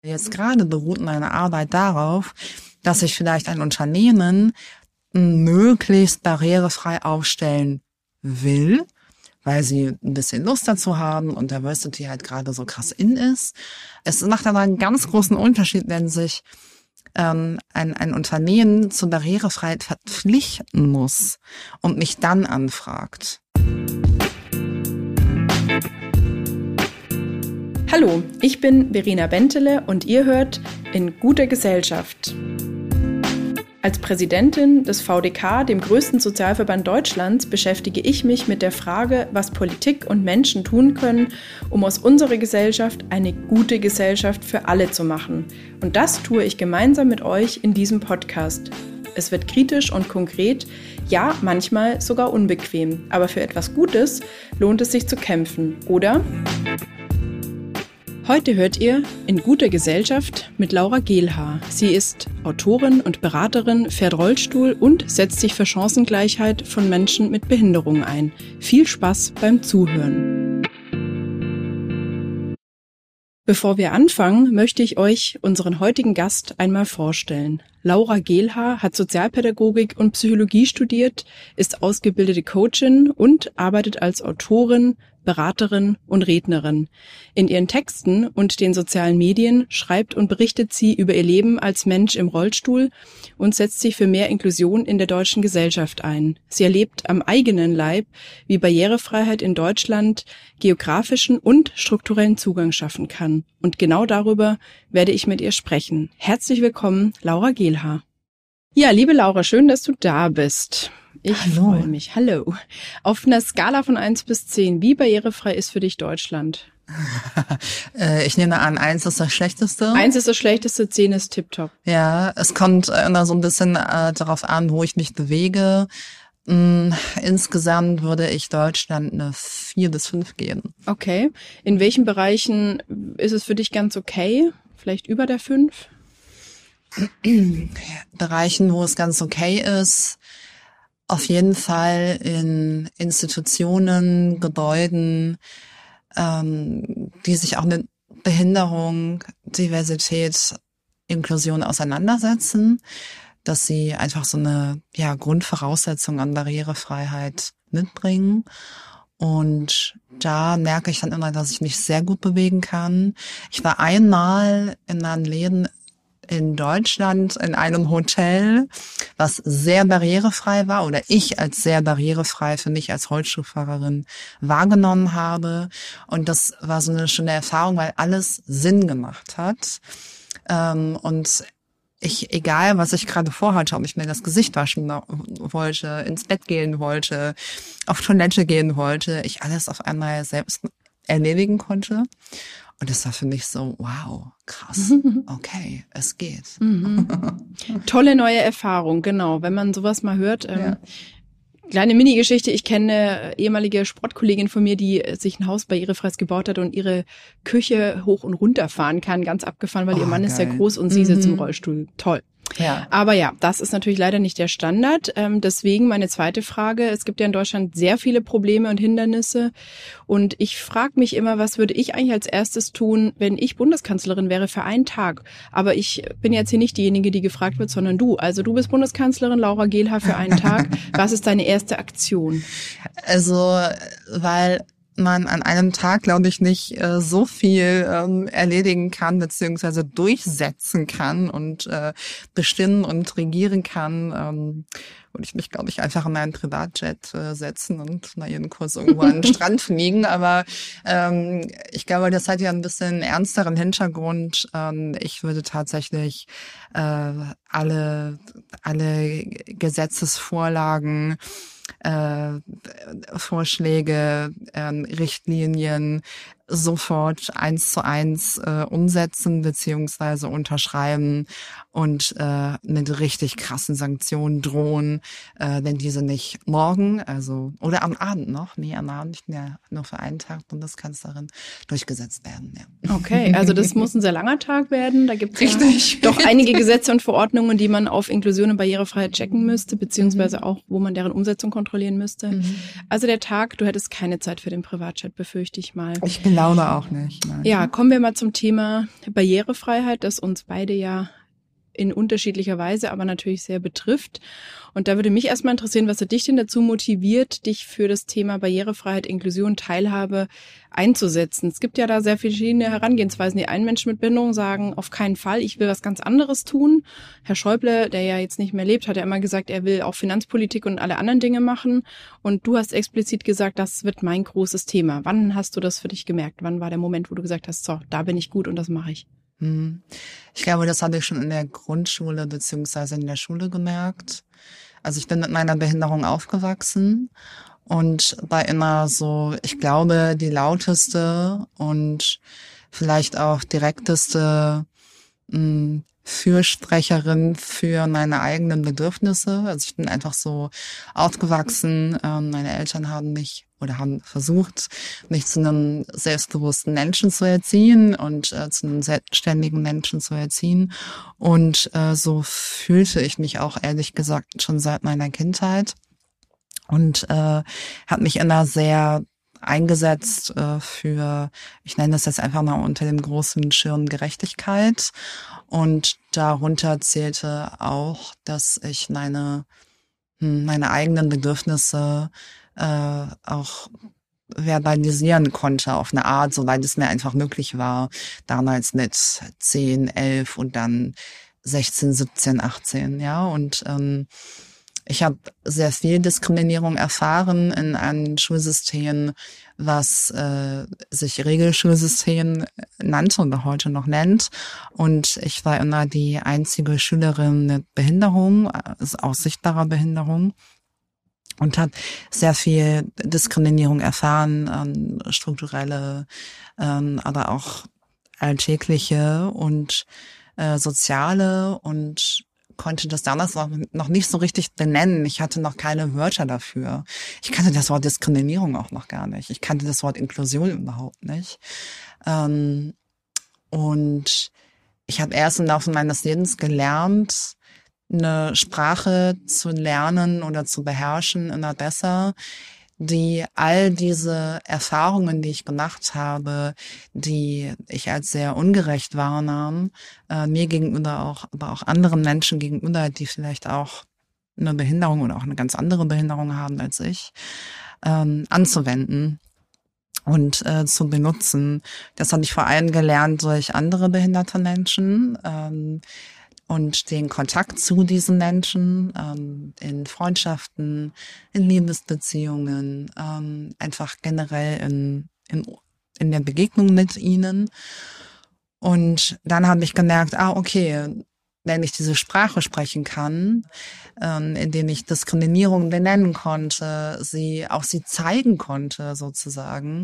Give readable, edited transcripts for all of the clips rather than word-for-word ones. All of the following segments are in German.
Jetzt gerade beruht meine Arbeit darauf, dass ich vielleicht ein Unternehmen möglichst barrierefrei aufstellen will, weil sie ein bisschen Lust dazu haben und Diversity halt gerade so krass in ist. Es macht aber einen ganz großen Unterschied, wenn sich ein Unternehmen zur Barrierefreiheit verpflichten muss und mich dann anfragt. Hallo, ich bin Verena Bentele und ihr hört In guter Gesellschaft. Als Präsidentin des VDK, dem größten Sozialverband Deutschlands, beschäftige ich mich mit der Frage, was Politik und Menschen tun können, um aus unserer Gesellschaft eine gute Gesellschaft für alle zu machen. Und das tue ich gemeinsam mit euch in diesem Podcast. Es wird kritisch und konkret, ja, manchmal sogar unbequem. Aber für etwas Gutes lohnt es sich zu kämpfen, oder? Heute hört ihr In guter Gesellschaft mit Laura Gehlhaar. Sie ist Autorin und Beraterin, fährt Rollstuhl und setzt sich für Chancengleichheit von Menschen mit Behinderungen ein. Viel Spaß beim Zuhören. Bevor wir anfangen, möchte ich euch unseren heutigen Gast einmal vorstellen. Laura Gehlhaar hat Sozialpädagogik und Psychologie studiert, ist ausgebildete Coachin und arbeitet als Autorin, Beraterin und Rednerin. In ihren Texten und den sozialen Medien schreibt und berichtet sie über ihr Leben als Mensch im Rollstuhl und setzt sich für mehr Inklusion in der deutschen Gesellschaft ein. Sie erlebt am eigenen Leib, wie Barrierefreiheit in Deutschland geografischen und strukturellen Zugang schaffen kann. Und genau darüber werde ich mit ihr sprechen. Herzlich willkommen, Laura Gehlhaar. Ja, liebe Laura, schön, dass du da bist. Ich freue mich. Hallo. Auf einer Skala von 1 bis 10, wie barrierefrei ist für dich Deutschland? Ich nehme an, 1 ist das Schlechteste. 1 ist das Schlechteste, 10 ist tipptopp. Ja, es kommt immer so ein bisschen darauf an, wo ich mich bewege. Insgesamt würde ich Deutschland eine 4 bis 5 geben. Okay. In welchen Bereichen ist es für dich ganz okay? Vielleicht über der 5? Bereichen, wo es ganz okay ist. Auf jeden Fall in Institutionen, Gebäuden, die sich auch mit Behinderung, Diversität, Inklusion auseinandersetzen, dass sie einfach so eine Grundvoraussetzung an Barrierefreiheit mitbringen. Und da merke ich dann immer, dass ich mich sehr gut bewegen kann. Ich war einmal in einem Läden in Deutschland in einem Hotel, was sehr barrierefrei war oder ich als sehr barrierefrei für mich als Rollstuhlfahrerin wahrgenommen habe. Und das war so eine schöne Erfahrung, weil alles Sinn gemacht hat. Und ich, egal was ich gerade vorhatte, ob ich mir das Gesicht waschen wollte, ins Bett gehen wollte, auf Toilette gehen wollte, ich alles auf einmal selbst erledigen konnte. Und das war für mich so, wow, krass, okay, es geht. Tolle neue Erfahrung, genau. Wenn man sowas mal hört, kleine Mini-Geschichte, ich kenne eine ehemalige Sportkollegin von mir, die sich ein Haus barrierefrei gebaut hat und ihre Küche hoch und runter fahren kann, ganz abgefahren, weil ihr Mann ist sehr groß und sie sitzt im Rollstuhl. Toll. Ja. Aber ja, das ist natürlich leider nicht der Standard. Deswegen meine zweite Frage. Es gibt ja in Deutschland sehr viele Probleme und Hindernisse. Und ich frage mich immer, was würde ich eigentlich als erstes tun, wenn ich Bundeskanzlerin wäre für einen Tag? Aber ich bin jetzt hier nicht diejenige, die gefragt wird, sondern du. Also du bist Bundeskanzlerin, Laura Gehlhaar, für einen Tag. Was ist deine erste Aktion? Also, weil man an einem Tag, glaube ich, nicht so viel erledigen kann, beziehungsweise durchsetzen kann und bestimmen und regieren kann, würde ich mich, glaube ich, einfach in einen Privatjet setzen und mal jeden Kurs irgendwo an den Strand fliegen. Aber ich glaube, das hat ja ein bisschen ernsteren Hintergrund. Ich würde tatsächlich alle Gesetzesvorlagen, Vorschläge, Richtlinien sofort 1:1 umsetzen beziehungsweise unterschreiben und mit richtig krassen Sanktionen drohen, wenn diese nicht morgen, also oder am Abend noch, am Abend nicht mehr, nur für einen Tag Bundeskanzlerin durchgesetzt werden. Ja. Okay, also das muss ein sehr langer Tag werden. Da gibt es ja doch einige Gesetze und Verordnungen, die man auf Inklusion und Barrierefreiheit checken müsste, beziehungsweise auch, wo man deren Umsetzung kontrollieren müsste. Also der Tag, du hättest keine Zeit für den Privatchat, befürchte ich mal. Ich glaube glaube auch nicht. Nein. Ja, kommen wir mal zum Thema Barrierefreiheit, das uns beide ja in unterschiedlicher Weise, aber natürlich sehr betrifft. Und da würde mich erstmal interessieren, was hat dich denn dazu motiviert, dich für das Thema Barrierefreiheit, Inklusion, Teilhabe einzusetzen? Es gibt ja da sehr verschiedene Herangehensweisen. Die einen Menschen mit Behinderung sagen, auf keinen Fall, ich will was ganz anderes tun. Herr Schäuble, der ja jetzt nicht mehr lebt, hat ja immer gesagt, er will auch Finanzpolitik und alle anderen Dinge machen. Und du hast explizit gesagt, das wird mein großes Thema. Wann hast du das für dich gemerkt? Wann war der Moment, wo du gesagt hast, so, da bin ich gut und das mache ich? Ich glaube, das hatte ich schon in der Grundschule beziehungsweise in der Schule gemerkt. Also ich bin mit meiner Behinderung aufgewachsen und war immer so, ich glaube, die lauteste und vielleicht auch direkteste Fürsprecherin für meine eigenen Bedürfnisse. Also ich bin einfach so aufgewachsen. Meine Eltern haben versucht, mich zu einem selbstbewussten Menschen zu erziehen und zu einem selbstständigen Menschen zu erziehen. Und so fühlte ich mich auch ehrlich gesagt schon seit meiner Kindheit und habe mich immer sehr eingesetzt für, ich nenne das jetzt einfach mal unter dem großen Schirm Gerechtigkeit. Und darunter zählte auch, dass ich meine eigenen Bedürfnisse auch verbalisieren konnte auf eine Art, soweit es mir einfach möglich war. Damals mit 10, 11 und dann 16, 17, 18, ja. Und ich habe sehr viel Diskriminierung erfahren in einem Schulsystem, was sich Regelschulsystem nannte oder heute noch nennt. Und ich war immer die einzige Schülerin mit Behinderung, also auch sichtbarer Behinderung. Und habe sehr viel Diskriminierung erfahren, strukturelle, aber auch alltägliche und soziale, und konnte das damals noch nicht so richtig benennen. Ich hatte noch keine Wörter dafür. Ich kannte das Wort Diskriminierung auch noch gar nicht. Ich kannte das Wort Inklusion überhaupt nicht. Und ich habe erst im Laufe meines Lebens gelernt, eine Sprache zu lernen oder zu beherrschen immer besser, die all diese Erfahrungen, die ich gemacht habe, die ich als sehr ungerecht wahrnahm, mir gegenüber auch, aber auch anderen Menschen gegenüber, die vielleicht auch eine Behinderung oder auch eine ganz andere Behinderung haben als ich, anzuwenden und zu benutzen. Das habe ich vor allem gelernt durch andere behinderte Menschen, und den Kontakt zu diesen Menschen, in Freundschaften, in Liebesbeziehungen, einfach generell in der Begegnung mit ihnen. Und dann habe ich gemerkt, okay, wenn ich diese Sprache sprechen kann, in denen ich Diskriminierung benennen konnte, sie zeigen konnte sozusagen,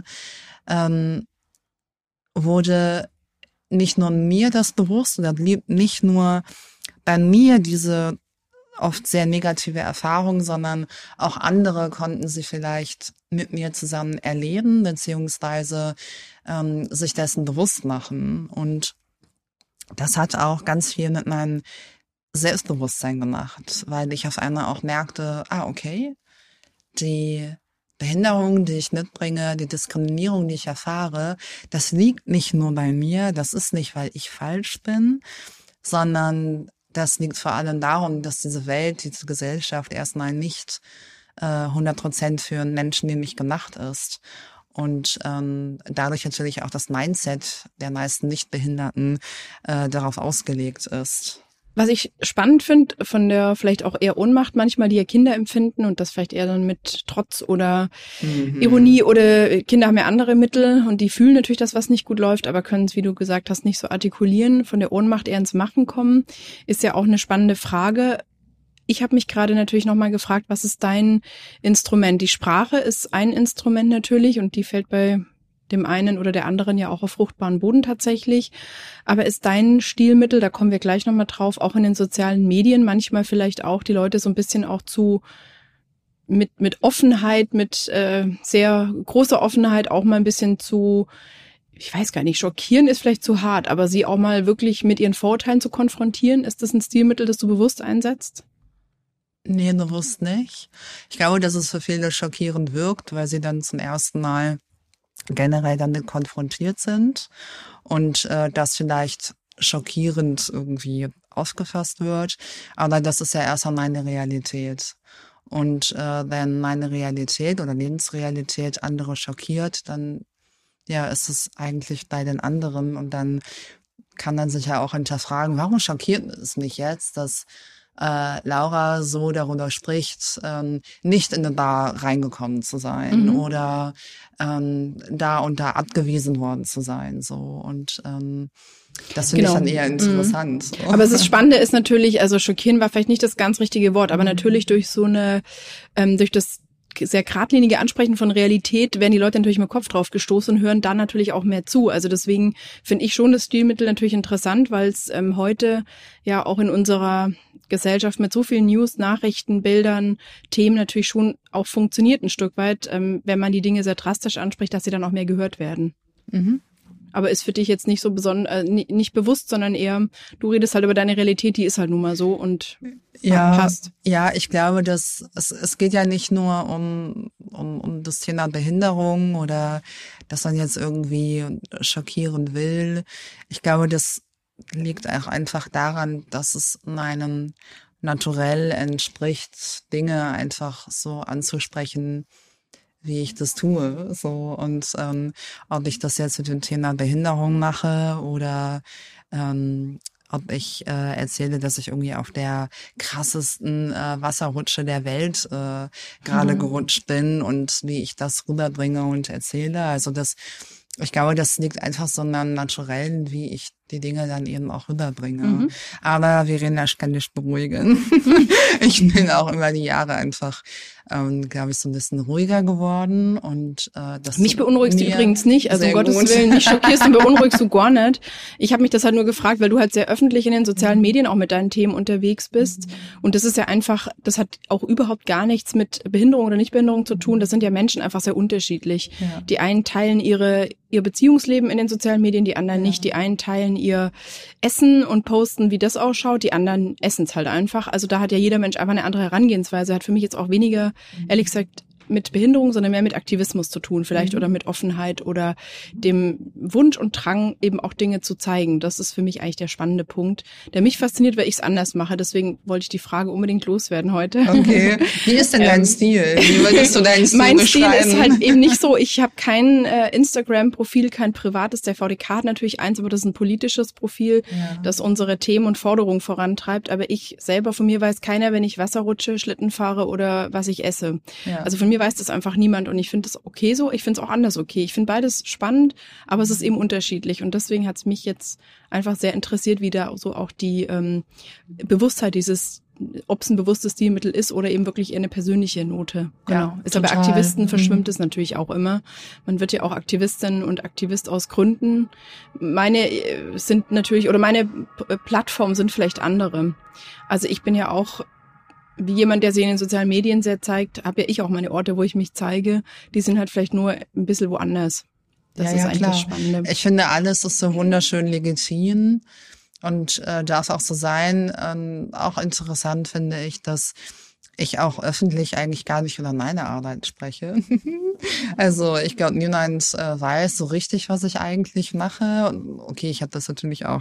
wurde nicht nur mir das bewusst, oder blieb nicht nur bei mir diese oft sehr negative Erfahrung, sondern auch andere konnten sie vielleicht mit mir zusammen erleben, beziehungsweise sich dessen bewusst machen. Und das hat auch ganz viel mit meinem Selbstbewusstsein gemacht, weil ich auf einmal auch merkte, okay, die Behinderung, die ich mitbringe, die Diskriminierung, die ich erfahre, das liegt nicht nur bei mir, das ist nicht, weil ich falsch bin, sondern das liegt vor allem darum, dass diese Welt, diese Gesellschaft erstmal nicht 100% für Menschen wie mich gemacht ist. Und dadurch natürlich auch das Mindset der meisten Nichtbehinderten darauf ausgelegt ist. Was ich spannend finde, von der vielleicht auch eher Ohnmacht manchmal, die ja Kinder empfinden und das vielleicht eher dann mit Trotz oder Ironie, oder Kinder haben ja andere Mittel und die fühlen natürlich das, was nicht gut läuft, aber können es, wie du gesagt hast, nicht so artikulieren, von der Ohnmacht eher ins Machen kommen, ist ja auch eine spannende Frage. Ich habe mich gerade natürlich nochmal gefragt, was ist dein Instrument? Die Sprache ist ein Instrument natürlich und die fällt bei dem einen oder der anderen ja auch auf fruchtbaren Boden tatsächlich. Aber ist dein Stilmittel, da kommen wir gleich nochmal drauf, auch in den sozialen Medien manchmal vielleicht auch die Leute so ein bisschen auch mit Offenheit, mit sehr großer Offenheit auch mal ein bisschen zu, ich weiß gar nicht, schockieren ist vielleicht zu hart, aber sie auch mal wirklich mit ihren Vorurteilen zu konfrontieren? Ist das ein Stilmittel, das du bewusst einsetzt? Nee, bewusst nicht. Ich glaube, dass es für viele schockierend wirkt, weil sie dann zum ersten Mal generell damit konfrontiert sind und das vielleicht schockierend irgendwie aufgefasst wird. Aber das ist ja erstmal meine Realität. Und wenn meine Realität oder Lebensrealität andere schockiert, dann ja, ist es eigentlich bei den anderen. Und dann kann man sich ja auch hinterfragen, warum schockiert es mich jetzt, dass Laura so darüber spricht, nicht in eine Bar reingekommen zu sein oder da und da abgewiesen worden zu sein. So. Und das finde ich dann eher interessant. So. Aber das Spannende ist natürlich, also schockieren war vielleicht nicht das ganz richtige Wort, aber natürlich durch so eine, durch das sehr geradlinige Ansprechen von Realität werden die Leute natürlich mit dem Kopf drauf gestoßen und hören dann natürlich auch mehr zu. Also deswegen finde ich schon das Stilmittel natürlich interessant, weil es heute ja auch in unserer Gesellschaft mit so vielen News, Nachrichten, Bildern, Themen natürlich schon auch funktioniert ein Stück weit, wenn man die Dinge sehr drastisch anspricht, dass sie dann auch mehr gehört werden. Mhm. Aber ist für dich jetzt nicht so besonders, nicht bewusst, sondern eher, du redest halt über deine Realität, die ist halt nun mal so und passt. Ja, ich glaube, dass es geht ja nicht nur um das Thema Behinderung oder dass man jetzt irgendwie schockieren will. Ich glaube, das liegt auch einfach daran, dass es meinem Naturell entspricht, Dinge einfach so anzusprechen, wie ich das tue. So, und ob ich das jetzt mit dem Thema Behinderung mache oder ob ich erzähle, dass ich irgendwie auf der krassesten Wasserrutsche der Welt gerade gerutscht bin und wie ich das rüberbringe und erzähle. Also ich glaube, das liegt einfach so am Naturellen, wie ich die Dinge dann eben auch rüberbringe. Aber Verena, ich kann dich beruhigen. Ich bin auch über die Jahre einfach, glaube ich, so ein bisschen ruhiger geworden. Und das mich beunruhigst du übrigens nicht, also um Gottes Willen, nicht schockierst und beunruhigst du gar nicht. Ich habe mich das halt nur gefragt, weil du halt sehr öffentlich in den sozialen Medien auch mit deinen Themen unterwegs bist. Und das ist ja einfach, das hat auch überhaupt gar nichts mit Behinderung oder Nichtbehinderung zu tun. Das sind ja Menschen einfach sehr unterschiedlich. Ja. Die einen teilen ihr Beziehungsleben in den sozialen Medien, die anderen nicht. Die einen teilen ihr Essen und posten, wie das ausschaut. Die anderen essen es halt einfach. Also da hat ja jeder Mensch einfach eine andere Herangehensweise. Hat für mich jetzt auch weniger, ehrlich gesagt, mit Behinderung, sondern mehr mit Aktivismus zu tun vielleicht oder mit Offenheit oder dem Wunsch und Drang, eben auch Dinge zu zeigen. Das ist für mich eigentlich der spannende Punkt, der mich fasziniert, weil ich es anders mache. Deswegen wollte ich die Frage unbedingt loswerden heute. Okay. Wie ist denn dein Stil? Wie würdest du deinen Stil mein beschreiben? Stil ist halt eben nicht so, ich habe kein Instagram-Profil, kein privates. Der VDK hat natürlich eins, aber das ist ein politisches Profil, das unsere Themen und Forderungen vorantreibt. Aber ich selber, von mir weiß keiner, wenn ich Wasser rutsche, Schlitten fahre oder was ich esse. Ja. Also von mir weiß das einfach niemand und ich finde das okay so, ich finde es auch anders okay. Ich finde beides spannend, aber es ist eben unterschiedlich und deswegen hat es mich jetzt einfach sehr interessiert, wie da so auch die Bewusstheit ob es ein bewusstes Stilmittel ist oder eben wirklich eher eine persönliche Note. Genau. Ja, ist aber bei Aktivisten verschwimmt es natürlich auch immer. Man wird ja auch Aktivistin und Aktivist aus Gründen. Meine sind natürlich, oder meine Plattformen sind vielleicht andere. Also ich bin ja auch wie jemand, der sich in den sozialen Medien sehr zeigt, habe ja ich auch meine Orte, wo ich mich zeige. Die sind halt vielleicht nur ein bisschen woanders. Das ist eigentlich das Spannende. Ich finde, alles ist so wunderschön legitim und darf auch so sein. Auch interessant finde ich, dass ich auch öffentlich eigentlich gar nicht über meine Arbeit spreche. Also ich glaube, niemand weiß so richtig, was ich eigentlich mache. Und okay, ich habe das natürlich auch.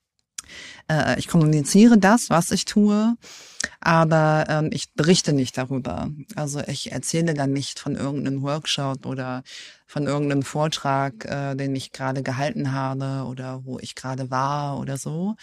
Ich kommuniziere das, was ich tue, aber ich berichte nicht darüber. Also ich erzähle dann nicht von irgendeinem Workshop oder von irgendeinem Vortrag, den ich gerade gehalten habe oder wo ich gerade war oder so.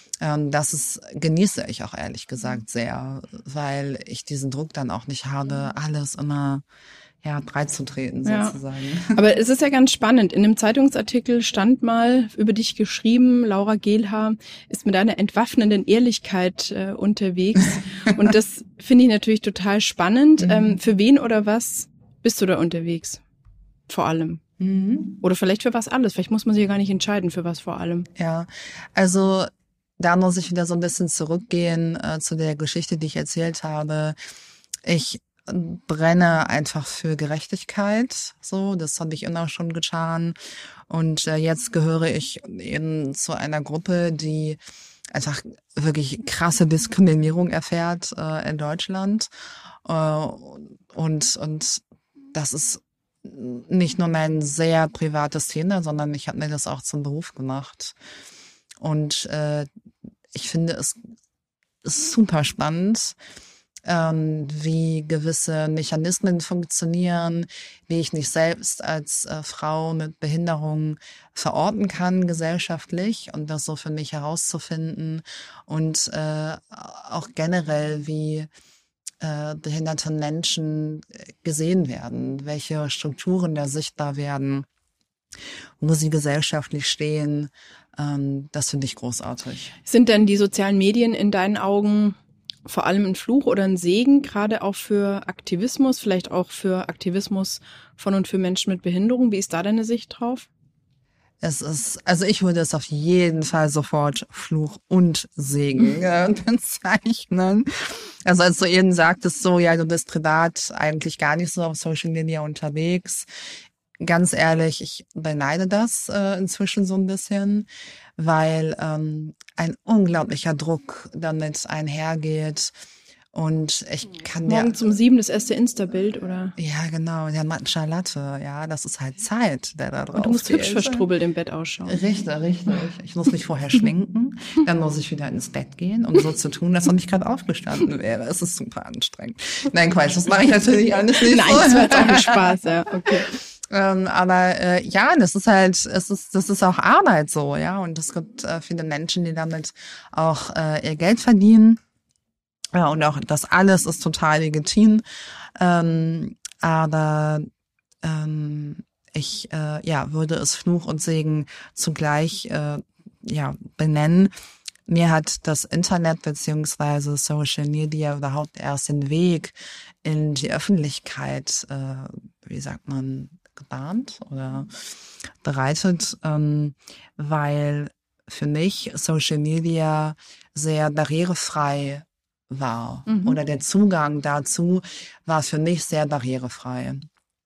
Genieße ich auch ehrlich gesagt sehr, weil ich diesen Druck dann auch nicht habe, alles immer breit zu treten sozusagen. Ja. Aber es ist ja ganz spannend. In einem Zeitungsartikel stand mal über dich geschrieben, Laura Gehlhaar ist mit einer entwaffnenden Ehrlichkeit unterwegs. Und das finde ich natürlich total spannend. Für wen oder was bist du da unterwegs? Vor allem. Oder vielleicht für was alles. Vielleicht muss man sich ja gar nicht entscheiden, für was vor allem. Ja, also da muss ich wieder so ein bisschen zurückgehen zu der Geschichte, die ich erzählt habe. Ich brenne einfach für Gerechtigkeit, so, das habe ich immer schon getan und jetzt gehöre ich eben zu einer Gruppe, die einfach wirklich krasse Diskriminierung erfährt in Deutschland und das ist nicht nur mein sehr privates Thema, sondern ich habe mir das auch zum Beruf gemacht. Und ich finde es ist super spannend, wie gewisse Mechanismen funktionieren, wie ich mich selbst als Frau mit Behinderung verorten kann gesellschaftlich und das so für mich herauszufinden und auch generell, wie behinderte Menschen gesehen werden, welche Strukturen da sichtbar werden, wo sie gesellschaftlich stehen. Das finde ich großartig. Sind denn die sozialen Medien in deinen Augen vor allem ein Fluch oder ein Segen, gerade auch für Aktivismus, vielleicht auch für Aktivismus von und für Menschen mit Behinderung? Wie ist da deine Sicht drauf? Also ich würde es auf jeden Fall sofort Fluch und Segen bezeichnen. Also als du eben sagtest, so, ja, du bist privat eigentlich gar nicht so auf Social Media unterwegs. Ganz ehrlich, ich beneide das inzwischen so ein bisschen, weil ein unglaublicher Druck damit einhergeht. Und ich kann Morgens um 7 das erste Insta-Bild, oder? Ja, genau, der Matcha Latte, ja, das ist halt Zeit, der da drauf Und du musst geht. hübsch verstrubbelt im Bett ausschauen. Richtig. Ich muss mich vorher schminken, dann muss ich wieder ins Bett gehen, um so zu tun, als ob ich gerade aufgestanden wäre. Es ist super anstrengend. Nein, Quatsch, das mache ich natürlich alles nicht. Nein, das war jetzt auch ein Spaß, ja, okay. Aber ja, das ist auch Arbeit so, ja, und es gibt viele Menschen, die damit auch ihr Geld verdienen. Ja, und auch das alles ist total legitim. Aber ich würde es Fluch und Segen zugleich benennen. Mir hat das Internet beziehungsweise Social Media überhaupt erst den Weg in die Öffentlichkeit, gebahnt oder bereitet, weil für mich Social Media sehr barrierefrei war. Oder der Zugang dazu war für mich sehr barrierefrei.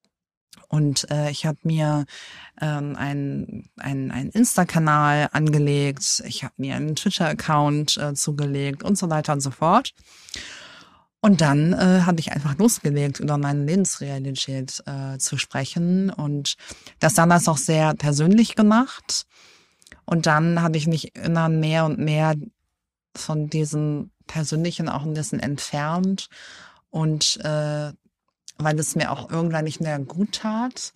Und ich habe mir einen Insta-Kanal angelegt, ich habe mir einen Twitter-Account zugelegt und so weiter und so fort. Und dann habe ich einfach losgelegt, über meine Lebensrealität zu sprechen und das damals auch sehr persönlich gemacht. Und dann habe ich mich immer mehr und mehr von diesem Persönlichen auch ein bisschen entfernt und weil es mir auch irgendwann nicht mehr gut tat,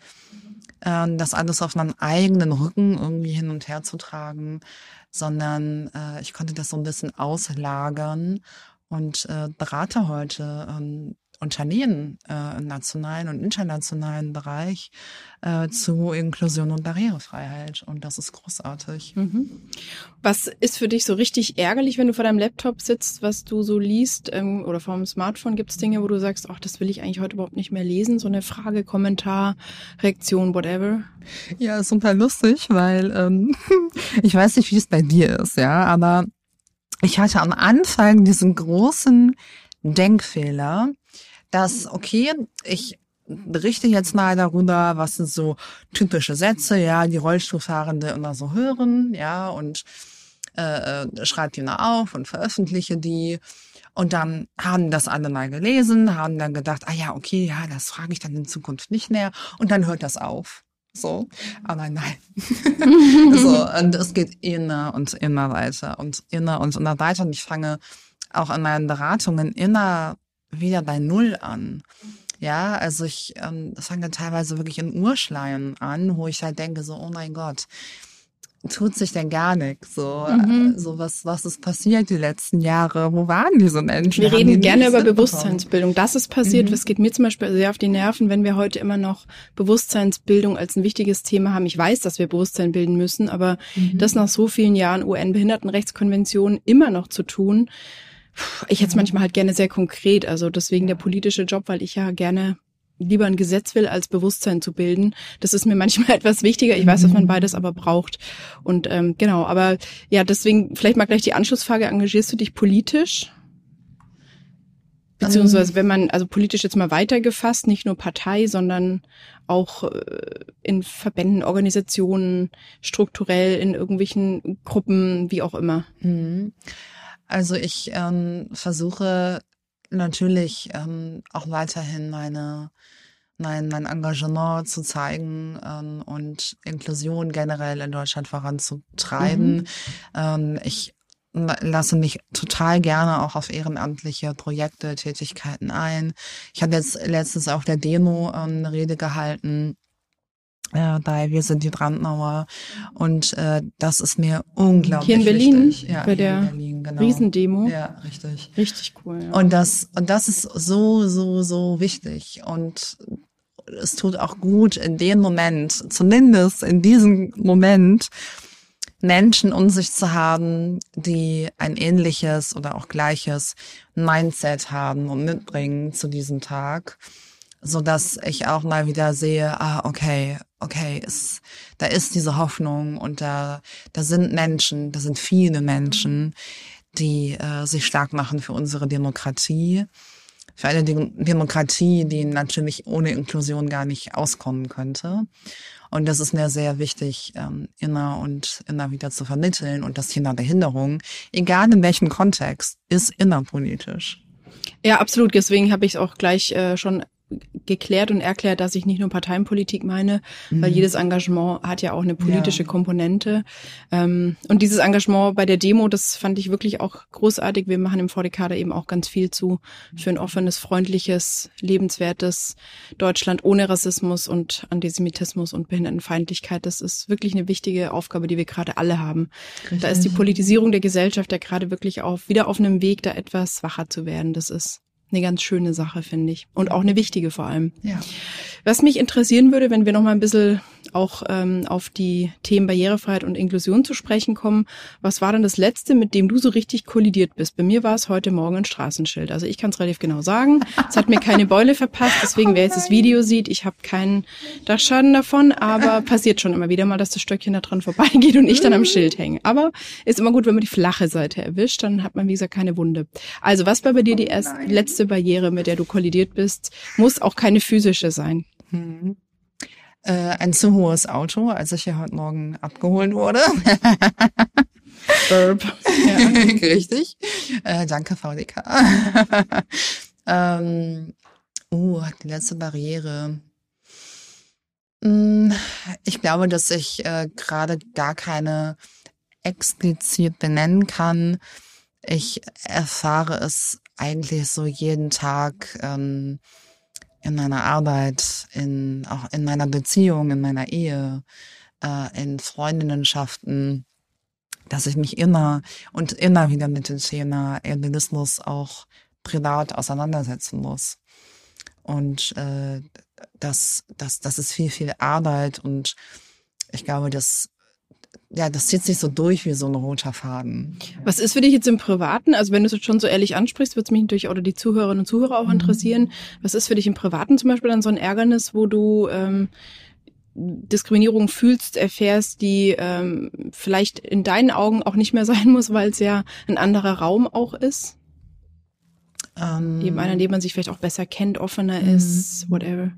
das alles auf meinem eigenen Rücken irgendwie hin und her zu tragen, sondern ich konnte das so ein bisschen auslagern und berate heute Unternehmen im nationalen und internationalen Bereich zu Inklusion und Barrierefreiheit. Und das ist großartig. Was ist für dich so richtig ärgerlich, wenn du vor deinem Laptop sitzt, was du so liest oder vor dem Smartphone? Gibt es Dinge, wo du sagst, ach, das will ich eigentlich heute überhaupt nicht mehr lesen? So eine Frage, Kommentar, Reaktion, whatever? Ja, ist super lustig, weil ich weiß nicht, wie es bei dir ist, ja, aber ich hatte am Anfang diesen großen Denkfehler, dass, okay, ich berichte jetzt mal darüber, was sind so typische Sätze, ja, die Rollstuhlfahrende immer so hören, ja, und schreibe die mal auf und veröffentliche die. Und dann haben das alle mal gelesen, haben dann gedacht, ah ja, okay, ja, das frage ich dann in Zukunft nicht mehr. Und dann hört das auf. So, aber nein. So, und es geht immer und immer weiter und immer weiter. Und ich fange auch in meinen Beratungen immer wieder bei Null an. Ja, also ich fange teilweise wirklich in Urschleim an, wo ich halt denke so, oh mein Gott, tut sich denn gar nichts. So, so was ist passiert die letzten Jahre? Wo waren diese Menschen? Wir reden gerne über Bewusstseinsbildung. Das ist passiert. Es geht mir zum Beispiel sehr auf die Nerven, wenn wir heute immer noch Bewusstseinsbildung als ein wichtiges Thema haben. Ich weiß, dass wir Bewusstsein bilden müssen, aber das nach so vielen Jahren UN-Behindertenrechtskonvention immer noch zu tun, ich hätte es manchmal halt gerne sehr konkret. Also deswegen der politische Job, weil ich ja gerne lieber ein Gesetz will, als Bewusstsein zu bilden. Das ist mir manchmal etwas wichtiger. Ich weiß, dass man beides aber braucht. Und genau, aber ja, deswegen vielleicht mal gleich die Anschlussfrage. Engagierst du dich politisch? Beziehungsweise wenn man, also politisch jetzt mal weitergefasst, nicht nur Partei, sondern auch in Verbänden, Organisationen, strukturell in irgendwelchen Gruppen, wie auch immer. Also ich versuche natürlich auch weiterhin mein Engagement zu zeigen und Inklusion generell in Deutschland voranzutreiben. Ich lasse mich total gerne auch auf ehrenamtliche Projekte, Tätigkeiten ein. Ich habe jetzt letztens auf der Demo eine Rede gehalten bei Wir sind die Brandmauer und das ist mir unglaublich hier in Berlin, wichtig. Ja, bei hier der in Berlin, genau. Riesendemo. Ja, richtig. Richtig cool. Ja. Und das ist so wichtig und es tut auch gut in dem Moment, zumindest in diesem Moment, Menschen um sich zu haben, die ein ähnliches oder auch gleiches Mindset haben und mitbringen zu diesem Tag, so dass ich auch mal wieder sehe, okay, da ist diese Hoffnung und da sind Menschen, da sind viele Menschen, die sich stark machen für unsere Demokratie. Für eine Demokratie, die natürlich ohne Inklusion gar nicht auskommen könnte. Und das ist mir sehr wichtig, immer wieder zu vermitteln. Und das Thema Behinderung, egal in welchem Kontext, ist innerpolitisch. Ja, absolut. Deswegen habe ich es auch gleich schon geklärt und erklärt, dass ich nicht nur Parteienpolitik meine, weil jedes Engagement hat ja auch eine politische Komponente. Und dieses Engagement bei der Demo, das fand ich wirklich auch großartig. Wir machen im VDK da eben auch ganz viel für ein offenes, freundliches, lebenswertes Deutschland ohne Rassismus und Antisemitismus und Behindertenfeindlichkeit. Das ist wirklich eine wichtige Aufgabe, die wir gerade alle haben. Richtig. Da ist die Politisierung der Gesellschaft ja gerade wirklich wieder auf einem Weg, da etwas wacher zu werden. Das ist eine ganz schöne Sache, finde ich. Und auch eine wichtige vor allem. Ja. Was mich interessieren würde, wenn wir noch mal ein bisschen auch auf die Themen Barrierefreiheit und Inklusion zu sprechen kommen. Was war denn das Letzte, mit dem du so richtig kollidiert bist? Bei mir war es heute Morgen ein Straßenschild. Also ich kann es relativ genau sagen. Es hat mir keine Beule verpasst. Deswegen, wer jetzt das Video sieht, ich habe keinen Dachschaden davon. Aber passiert schon immer wieder mal, dass das Stöckchen da dran vorbeigeht und ich dann am Schild hänge. Aber ist immer gut, wenn man die flache Seite erwischt. Dann hat man, wie gesagt, keine Wunde. Also was war bei dir die letzte Barriere, mit der du kollidiert bist? Muss auch keine physische sein. Ein zu hohes Auto, als ich hier heute Morgen abgeholt wurde. Burp. Ja. Richtig. Danke, VDK. Die letzte Barriere. Ich glaube, dass ich gerade gar keine explizit benennen kann. Ich erfahre es eigentlich so jeden Tag in meiner Arbeit, auch in meiner Beziehung, in meiner Ehe, in Freundinnenschaften, dass ich mich immer wieder mit dem Thema Ableismus auch privat auseinandersetzen muss. Und das ist viel Arbeit und ich glaube, das zieht sich so durch wie so ein roter Faden. Was ist für dich jetzt im Privaten? Also wenn du es jetzt schon so ehrlich ansprichst, wird es mich natürlich oder die Zuhörerinnen und Zuhörer auch interessieren. Was ist für dich im Privaten zum Beispiel dann so ein Ärgernis, wo du Diskriminierung fühlst, erfährst, die vielleicht in deinen Augen auch nicht mehr sein muss, weil es ja ein anderer Raum auch ist? Eben einer, in dem man sich vielleicht auch besser kennt, offener ist, whatever.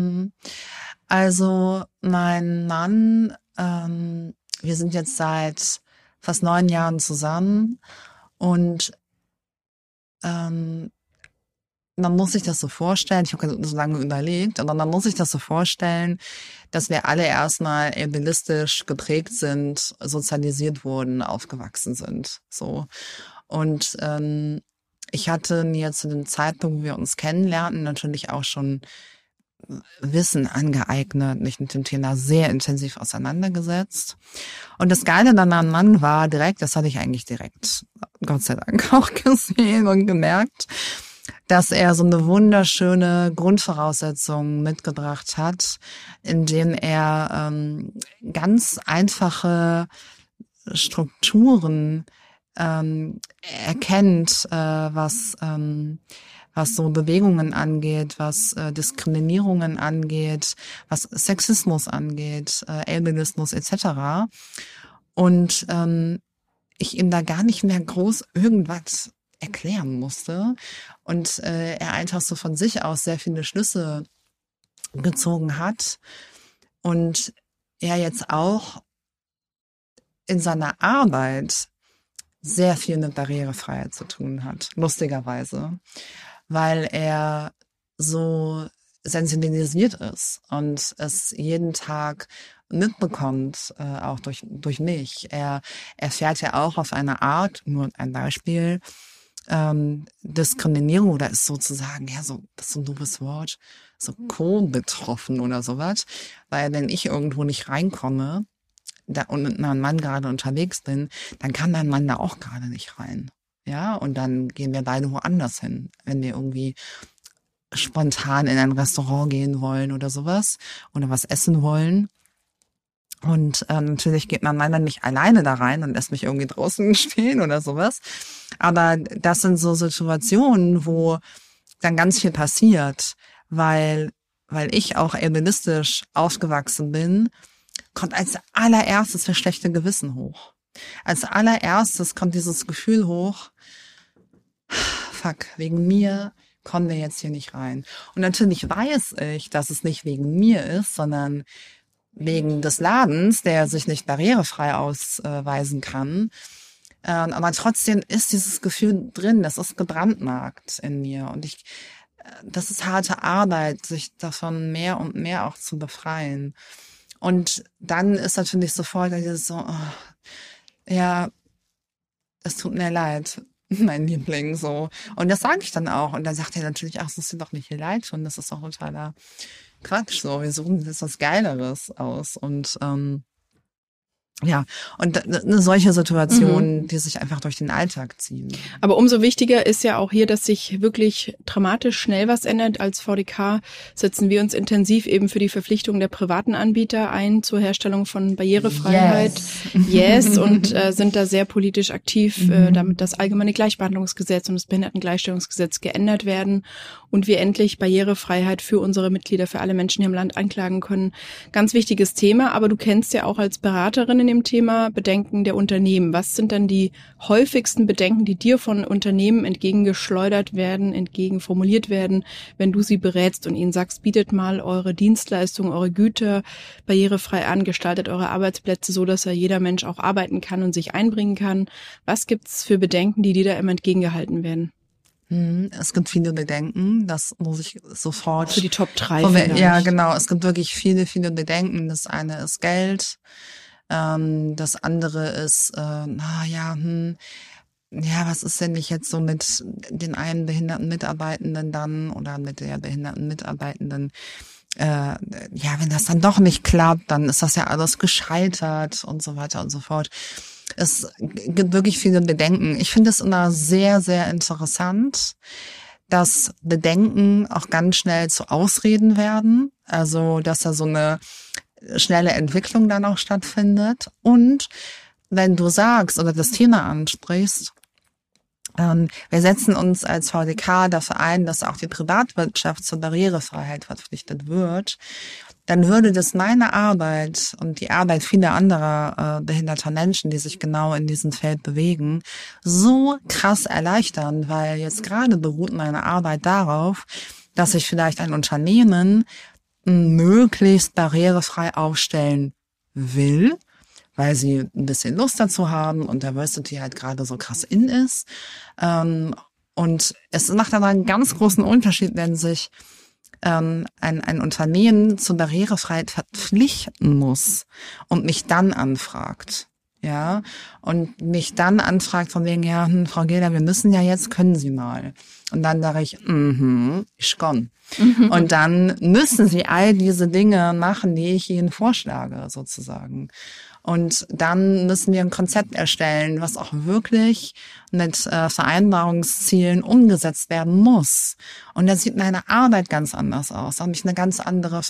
Also mein Mann, wir sind jetzt seit fast 9 Jahren zusammen und man muss sich das so vorstellen, ich habe so lange überlegt, aber man muss sich das so vorstellen, dass wir alle erstmal ableistisch geprägt sind, sozialisiert wurden, aufgewachsen sind. So. Und ich hatte mir zu dem Zeitpunkt, wo wir uns kennenlernten, natürlich auch schon Wissen angeeignet, mich mit dem Thema sehr intensiv auseinandergesetzt. Und das Geile dann am Mann war das hatte ich eigentlich direkt, Gott sei Dank, auch gesehen und gemerkt, dass er so eine wunderschöne Grundvoraussetzung mitgebracht hat, indem er ganz einfache Strukturen erkennt, was so Bewegungen angeht, was Diskriminierungen angeht, was Sexismus angeht, Ableismus etc. Und ich ihm da gar nicht mehr groß irgendwas erklären musste und er einfach so von sich aus sehr viele Schlüsse gezogen hat und er jetzt auch in seiner Arbeit sehr viel mit Barrierefreiheit zu tun hat, lustigerweise, weil er so sensibilisiert ist und es jeden Tag mitbekommt, auch durch mich. Er erfährt ja auch auf eine Art, nur ein Beispiel, Diskriminierung oder ist sozusagen, ja, so, das ist so ein doofes Wort, so co-betroffen oder sowas. Weil wenn ich irgendwo nicht reinkomme und mit einem Mann gerade unterwegs bin, dann kann mein Mann da auch gerade nicht rein. Ja, und dann gehen wir beide woanders hin, wenn wir irgendwie spontan in ein Restaurant gehen wollen oder sowas oder was essen wollen. Und natürlich geht mein Mann dann nicht alleine da rein und lässt mich irgendwie draußen stehen oder sowas. Aber das sind so Situationen, wo dann ganz viel passiert, weil ich auch egoistisch aufgewachsen bin, kommt als allererstes das schlechte Gewissen hoch. Als allererstes kommt dieses Gefühl hoch, fuck, wegen mir kommen wir jetzt hier nicht rein. Und natürlich weiß ich, dass es nicht wegen mir ist, sondern wegen des Ladens, der sich nicht barrierefrei ausweisen kann. Aber trotzdem ist dieses Gefühl drin, das ist gebrandmarkt in mir. Und das ist harte Arbeit, sich davon mehr und mehr auch zu befreien. Und dann ist natürlich sofort dieses so, ja, es tut mir leid, mein Liebling, so. Und das sage ich dann auch. Und dann sagt er natürlich, ach, es ist dir doch nicht viel leid tun, das ist doch totaler Quatsch, so. Wir suchen jetzt was Geileres aus. Und ja, und eine solche Situation, die sich einfach durch den Alltag ziehen. Aber umso wichtiger ist ja auch hier, dass sich wirklich dramatisch schnell was ändert. Als VDK setzen wir uns intensiv eben für die Verpflichtung der privaten Anbieter ein zur Herstellung von Barrierefreiheit. Yes, und sind da sehr politisch aktiv, damit das allgemeine Gleichbehandlungsgesetz und das Behindertengleichstellungsgesetz geändert werden und wir endlich Barrierefreiheit für unsere Mitglieder, für alle Menschen hier im Land anklagen können. Ganz wichtiges Thema, aber du kennst ja auch als Beraterin in dem Thema Bedenken der Unternehmen. Was sind dann die häufigsten Bedenken, die dir von Unternehmen entgegengeschleudert werden, entgegenformuliert werden, wenn du sie berätst und ihnen sagst, bietet mal eure Dienstleistungen, eure Güter barrierefrei an, gestaltet eure Arbeitsplätze so, dass ja jeder Mensch auch arbeiten kann und sich einbringen kann. Was gibt's für Bedenken, die dir da immer entgegengehalten werden? Es gibt viele Bedenken, das muss ich sofort. Für die Top 3 vielleicht. Ja, genau. Es gibt wirklich viele, viele Bedenken. Das eine ist Geld. Das andere ist, ja, was ist denn nicht jetzt so mit den einen behinderten Mitarbeitenden dann oder mit der behinderten Mitarbeitenden? Wenn das dann doch nicht klappt, dann ist das ja alles gescheitert und so weiter und so fort. Es gibt wirklich viele Bedenken. Ich finde es immer sehr, sehr interessant, dass Bedenken auch ganz schnell zu Ausreden werden. Also, dass da so eine schnelle Entwicklung dann auch stattfindet. Und wenn du sagst oder das Thema ansprichst, wir setzen uns als VDK dafür ein, dass auch die Privatwirtschaft zur Barrierefreiheit verpflichtet wird, dann würde das meine Arbeit und die Arbeit vieler anderer behinderter Menschen, die sich genau in diesem Feld bewegen, so krass erleichtern, weil jetzt gerade beruht meine Arbeit darauf, dass sich vielleicht ein Unternehmen möglichst barrierefrei aufstellen will, weil sie ein bisschen Lust dazu haben und Diversity halt gerade so krass in ist. Und es macht aber einen ganz großen Unterschied, wenn sich ein Unternehmen zur Barrierefreiheit verpflichten muss und mich dann anfragt. Ja, und mich dann anfragt von wegen, ja, Frau Gilder, wir müssen ja jetzt, können Sie mal. Und dann sage ich, ich kann. Und dann müssen Sie all diese Dinge machen, die ich Ihnen vorschlage, sozusagen. Und dann müssen wir ein Konzept erstellen, was auch wirklich mit Vereinbarungszielen umgesetzt werden muss. Und da sieht meine Arbeit ganz anders aus. Da habe ich eine ganz andere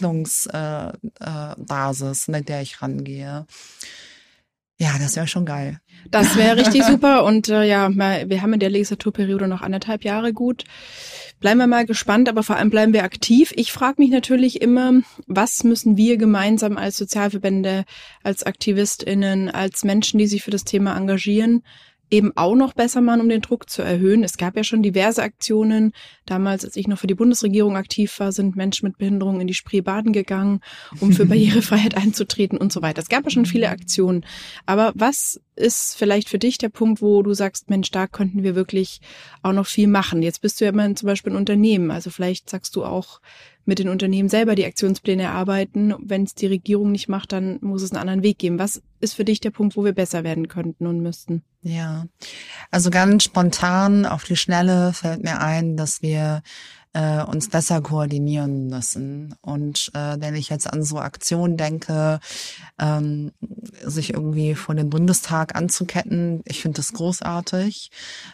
Verhandlungsbasis, mit der ich rangehe. Ja, das wäre schon geil. Das wäre richtig super und wir haben in der Legislaturperiode noch 1,5 Jahre gut. Bleiben wir mal gespannt, aber vor allem bleiben wir aktiv. Ich frage mich natürlich immer, was müssen wir gemeinsam als Sozialverbände, als AktivistInnen, als Menschen, die sich für das Thema engagieren, eben auch noch besser machen, um den Druck zu erhöhen? Es gab ja schon diverse Aktionen. Damals, als ich noch für die Bundesregierung aktiv war, sind Menschen mit Behinderung in die Spree baden gegangen, um für Barrierefreiheit einzutreten und so weiter. Es gab ja schon viele Aktionen. Aber was ist vielleicht für dich der Punkt, wo du sagst, Mensch, da könnten wir wirklich auch noch viel machen? Jetzt bist du ja immer zum Beispiel ein Unternehmen. Also vielleicht sagst du auch, mit den Unternehmen selber die Aktionspläne erarbeiten. Wenn es die Regierung nicht macht, dann muss es einen anderen Weg geben. Was ist für dich der Punkt, wo wir besser werden könnten und müssten? Ja, also ganz spontan auf die Schnelle fällt mir ein, dass wir uns besser koordinieren müssen. Und wenn ich jetzt an so Aktionen denke, sich irgendwie vor dem Bundestag anzuketten, ich finde das großartig.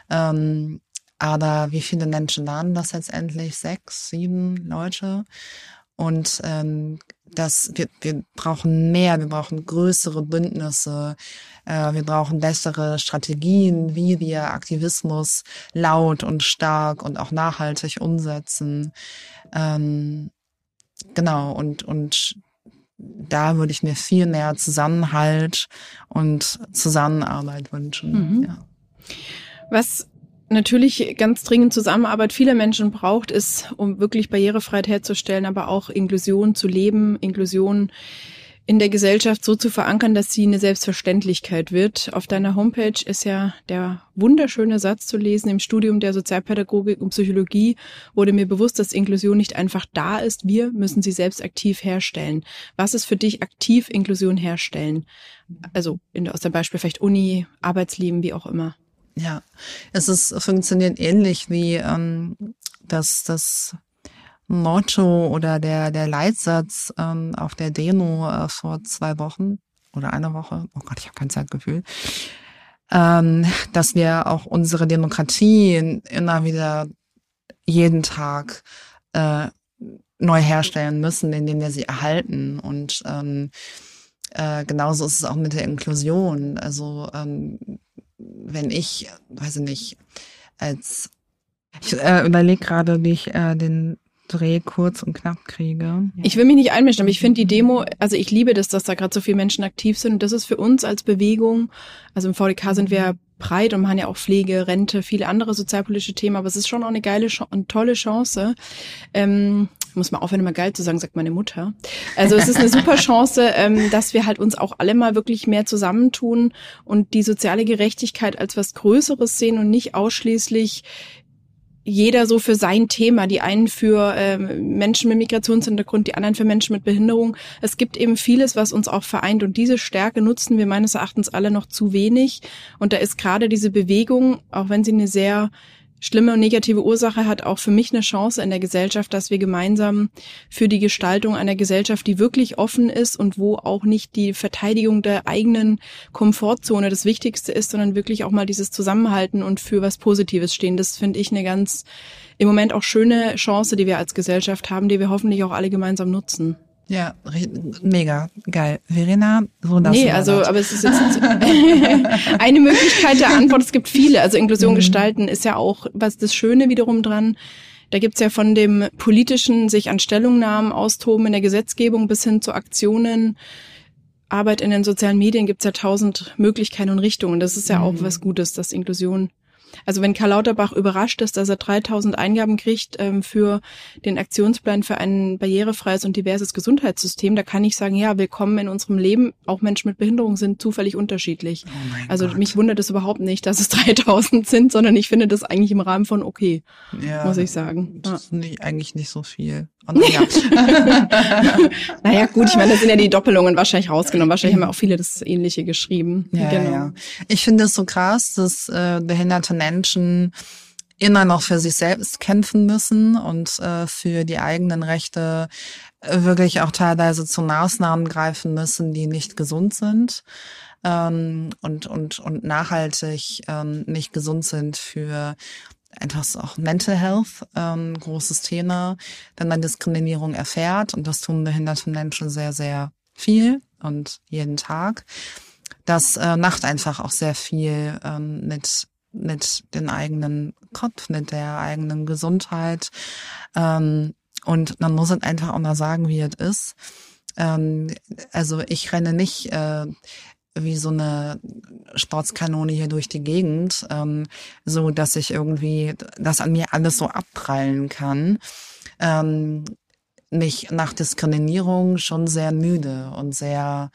Aber wie viele Menschen waren das letztendlich? 6, 7 Leute? Und wir brauchen mehr, wir brauchen größere Bündnisse, wir brauchen bessere Strategien, wie wir Aktivismus laut und stark und auch nachhaltig umsetzen. Genau, und da würde ich mir viel mehr Zusammenhalt und Zusammenarbeit wünschen. Ja. Was natürlich ganz dringend Zusammenarbeit vieler Menschen braucht, ist, um wirklich Barrierefreiheit herzustellen, aber auch Inklusion zu leben, Inklusion in der Gesellschaft so zu verankern, dass sie eine Selbstverständlichkeit wird. Auf deiner Homepage ist ja der wunderschöne Satz zu lesen: Im Studium der Sozialpädagogik und Psychologie wurde mir bewusst, dass Inklusion nicht einfach da ist, wir müssen sie selbst aktiv herstellen. Was ist für dich aktiv Inklusion herstellen? Also aus dem Beispiel vielleicht Uni, Arbeitsleben, wie auch immer. Ja, funktioniert ähnlich wie das Motto oder der Leitsatz auf der Demo vor 2 Wochen oder einer Woche. Oh Gott, ich habe kein Zeitgefühl. Dass wir auch unsere Demokratie immer wieder jeden Tag neu herstellen müssen, indem wir sie erhalten. Und genauso ist es auch mit der Inklusion. Also wenn ich, weiß ich nicht, ich überlege gerade, wie ich den Dreh kurz und knapp kriege. Ich will mich nicht einmischen, aber ich finde die Demo, also ich liebe das, dass da gerade so viele Menschen aktiv sind, und das ist für uns als Bewegung, also im VDK sind wir breit und machen ja auch Pflege, Rente, viele andere sozialpolitische Themen, aber es ist schon auch eine geile und tolle Chance. Muss man aufhören, immer geil zu sagen, sagt meine Mutter. Also es ist eine super Chance, dass wir halt uns auch alle mal wirklich mehr zusammentun und die soziale Gerechtigkeit als was Größeres sehen und nicht ausschließlich jeder so für sein Thema, die einen für Menschen mit Migrationshintergrund, die anderen für Menschen mit Behinderung. Es gibt eben vieles, was uns auch vereint, und diese Stärke nutzen wir meines Erachtens alle noch zu wenig. Und da ist gerade diese Bewegung, auch wenn sie eine sehr schlimme und negative Ursache hat, auch für mich eine Chance in der Gesellschaft, dass wir gemeinsam für die Gestaltung einer Gesellschaft, die wirklich offen ist und wo auch nicht die Verteidigung der eigenen Komfortzone das Wichtigste ist, sondern wirklich auch mal dieses Zusammenhalten und für was Positives stehen. Das finde ich eine ganz im Moment auch schöne Chance, die wir als Gesellschaft haben, die wir hoffentlich auch alle gemeinsam nutzen. Ja, mega geil. Verena, so das. Nee, also, aber es ist jetzt eine Möglichkeit der Antwort. Es gibt viele. Also Inklusion gestalten ist ja auch was das Schöne wiederum dran. Da gibt's ja von dem politischen sich an Stellungnahmen austoben in der Gesetzgebung bis hin zu Aktionen. Arbeit in den sozialen Medien gibt's ja 1000 Möglichkeiten und Richtungen. Das ist ja auch was Gutes, dass Inklusion. Also wenn Karl Lauterbach überrascht ist, dass er 3000 Eingaben kriegt für den Aktionsplan für ein barrierefreies und diverses Gesundheitssystem, da kann ich sagen, ja, willkommen in unserem Leben. Auch Menschen mit Behinderung sind zufällig unterschiedlich. Oh also Gott. Mich wundert es überhaupt nicht, dass es 3000 sind, sondern ich finde das eigentlich im Rahmen von okay, muss ich sagen. Das ist eigentlich nicht so viel. Ja. Naja, gut, ich meine, da sind ja die Doppelungen wahrscheinlich rausgenommen. Wahrscheinlich haben ja auch viele das Ähnliche geschrieben. Ja, genau. Ja. Ich finde es so krass, dass behinderte Menschen immer noch für sich selbst kämpfen müssen und für die eigenen Rechte wirklich auch teilweise zu Maßnahmen greifen müssen, die nicht gesund sind und nachhaltig nicht gesund sind für einfach so auch Mental Health, großes Thema, wenn man Diskriminierung erfährt, und das tun behinderte Menschen sehr, sehr viel und jeden Tag. Das macht einfach auch sehr viel mit dem eigenen Kopf, mit der eigenen Gesundheit. Und man muss es einfach auch mal sagen, wie es ist. Also ich renne nicht wie so eine Sportskanone hier durch die Gegend, so dass ich irgendwie, dass an mir alles so abprallen kann. Mich nach Diskriminierung schon sehr müde und sehr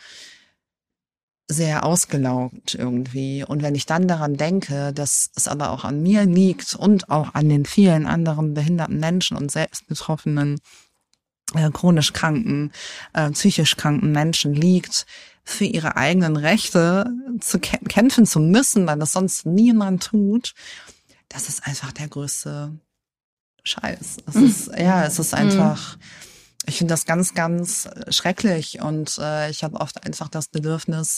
ausgelaugt irgendwie. Und wenn ich dann daran denke, dass es aber auch an mir liegt und auch an den vielen anderen behinderten Menschen und selbst betroffenen, chronisch kranken, psychisch kranken Menschen liegt, für ihre eigenen Rechte zu kämpfen zu müssen, weil das sonst niemand tut, das ist einfach der größte Scheiß. Es ist einfach, ich finde das ganz, ganz schrecklich und ich habe oft einfach das Bedürfnis,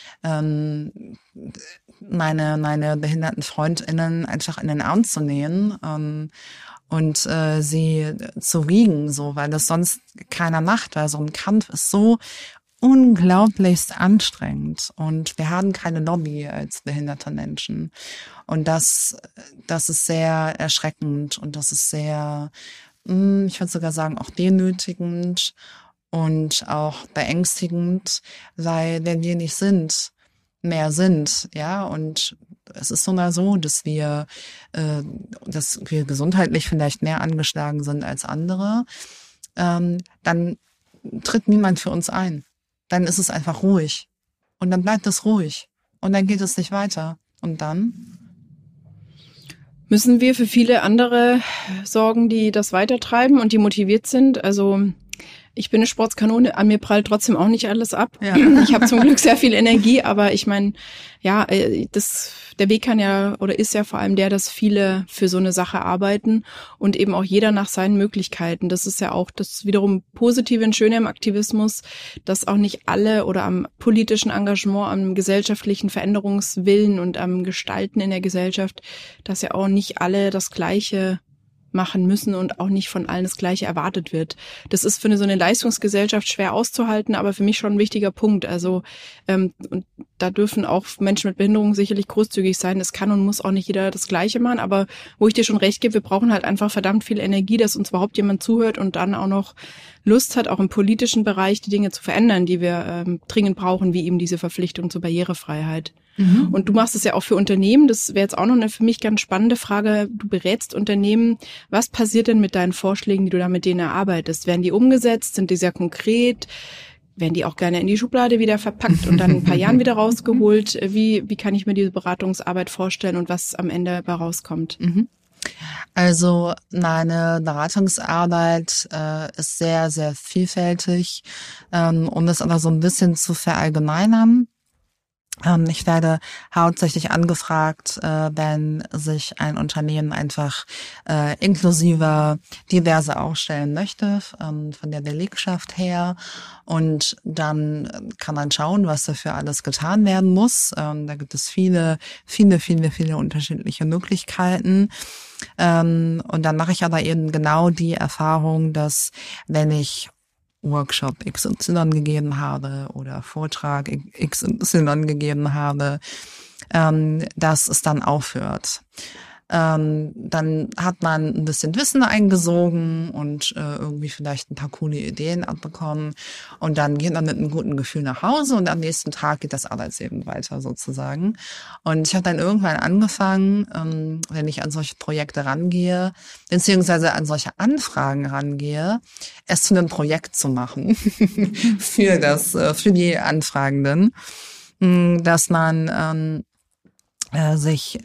meine behinderten FreundInnen einfach in den Arm zu nehmen und sie zu wiegen, so, weil das sonst keiner macht, weil so ein Kampf ist so unglaublichst anstrengend und wir haben keine Lobby als behinderte Menschen und das ist sehr erschreckend und das ist sehr, ich würde sogar sagen, auch demütigend und auch beängstigend, weil wenn wir nicht mehr sind, ja, und es ist nun mal so, dass wir gesundheitlich vielleicht mehr angeschlagen sind als andere, dann tritt niemand für uns ein. Dann ist es einfach ruhig. Und dann bleibt es ruhig. Und dann geht es nicht weiter. Und dann müssen wir für viele andere sorgen, die das weitertreiben und die motiviert sind. Also ich bin eine Sportskanone, an mir prallt trotzdem auch nicht alles ab. Ja. Ich habe zum Glück sehr viel Energie, aber ich meine, ja, der Weg kann ja oder ist ja vor allem der, dass viele für so eine Sache arbeiten und eben auch jeder nach seinen Möglichkeiten. Das ist ja auch das wiederum Positive und Schöne im Aktivismus, dass auch nicht alle oder am politischen Engagement, am gesellschaftlichen Veränderungswillen und am Gestalten in der Gesellschaft, dass ja auch nicht alle das Gleiche machen müssen und auch nicht von allen das Gleiche erwartet wird. Das ist für so eine Leistungsgesellschaft schwer auszuhalten, aber für mich schon ein wichtiger Punkt. Also und da dürfen auch Menschen mit Behinderung sicherlich großzügig sein. Es kann und muss auch nicht jeder das Gleiche machen, aber wo ich dir schon recht gebe, wir brauchen halt einfach verdammt viel Energie, dass uns überhaupt jemand zuhört und dann auch noch Lust hat, auch im politischen Bereich die Dinge zu verändern, die wir dringend brauchen, wie eben diese Verpflichtung zur Barrierefreiheit. Mhm. Und du machst es ja auch für Unternehmen. Das wäre jetzt auch noch eine für mich ganz spannende Frage. Du berätst Unternehmen. Was passiert denn mit deinen Vorschlägen, die du da mit denen erarbeitest? Werden die umgesetzt? Sind die sehr konkret? Werden die auch gerne in die Schublade wieder verpackt und dann in ein paar Jahren wieder rausgeholt? Wie kann ich mir diese Beratungsarbeit vorstellen und was am Ende dabei rauskommt? Mhm. Also meine Beratungsarbeit ist sehr, sehr vielfältig, um das aber so ein bisschen zu verallgemeinern. Ich werde hauptsächlich angefragt, wenn sich ein Unternehmen einfach inklusiver, diverser aufstellen möchte, von der Belegschaft her. Und dann kann man schauen, was dafür alles getan werden muss. Da gibt es viele unterschiedliche Möglichkeiten. Und dann mache ich aber eben genau die Erfahrung, dass wenn ich Workshop XY gegeben habe oder Vortrag XY gegeben habe, dass es dann aufhört. Dann hat man ein bisschen Wissen eingesogen und irgendwie vielleicht ein paar coole Ideen abbekommen und dann geht man mit einem guten Gefühl nach Hause und am nächsten Tag geht das Arbeitsleben weiter sozusagen. Und ich habe dann irgendwann angefangen, wenn ich an solche Projekte rangehe, beziehungsweise an solche Anfragen rangehe, es zu einem Projekt zu machen für die Anfragenden, dass man sich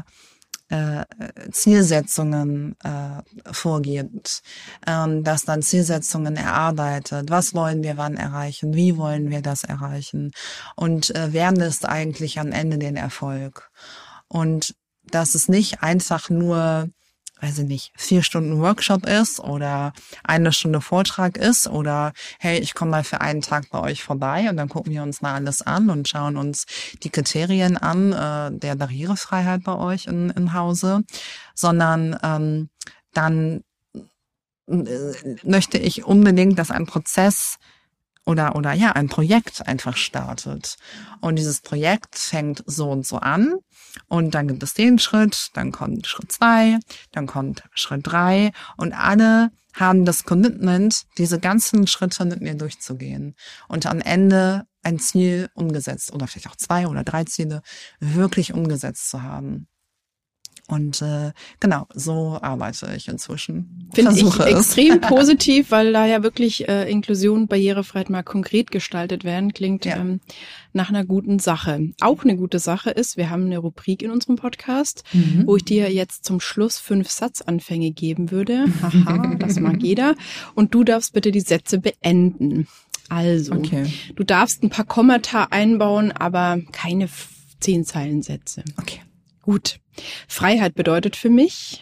Zielsetzungen vorgibt, dass dann Zielsetzungen erarbeitet. Was wollen wir wann erreichen? Wie wollen wir das erreichen? Und wer misst eigentlich am Ende den Erfolg? Und dass es nicht einfach nur, weiß ich nicht, 4 Stunden Workshop ist oder 1 Stunde Vortrag ist oder hey, ich komme mal für einen Tag bei euch vorbei und dann gucken wir uns mal alles an und schauen uns die Kriterien an der Barrierefreiheit bei euch im Hause, sondern dann möchte ich unbedingt, dass ein Prozess oder ein Projekt einfach startet. Und dieses Projekt fängt so und so an und dann gibt es den Schritt, dann kommt Schritt 2, dann kommt Schritt 3 und alle haben das Commitment, diese ganzen Schritte mit mir durchzugehen und am Ende ein Ziel umgesetzt oder vielleicht auch 2 oder 3 Ziele wirklich umgesetzt zu haben. Und genau, so arbeite ich inzwischen. Finde ich extrem positiv, weil da ja wirklich Inklusion, Barrierefreiheit mal konkret gestaltet werden. Klingt nach einer guten Sache. Auch eine gute Sache ist, wir haben eine Rubrik in unserem Podcast, wo ich dir jetzt zum Schluss 5 Satzanfänge geben würde. Haha, das mag jeder. Und du darfst bitte die Sätze beenden. Also, Du darfst ein paar Kommata einbauen, aber keine 10-Zeilen-Sätze. Okay. Gut. Freiheit bedeutet für mich,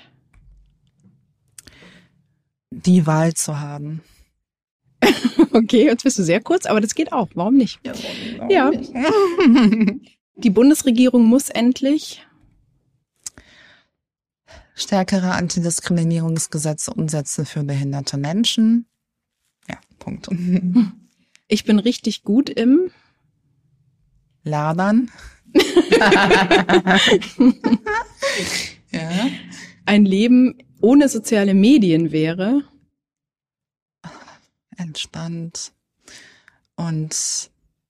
die Wahl zu haben. Okay, jetzt bist du sehr kurz, aber das geht auch. Warum nicht? Warum nicht? Die Bundesregierung muss endlich stärkere Antidiskriminierungsgesetze umsetzen für behinderte Menschen. Ja, Punkt. Ich bin richtig gut im Labern. Ja. Ein Leben ohne soziale Medien wäre entspannt und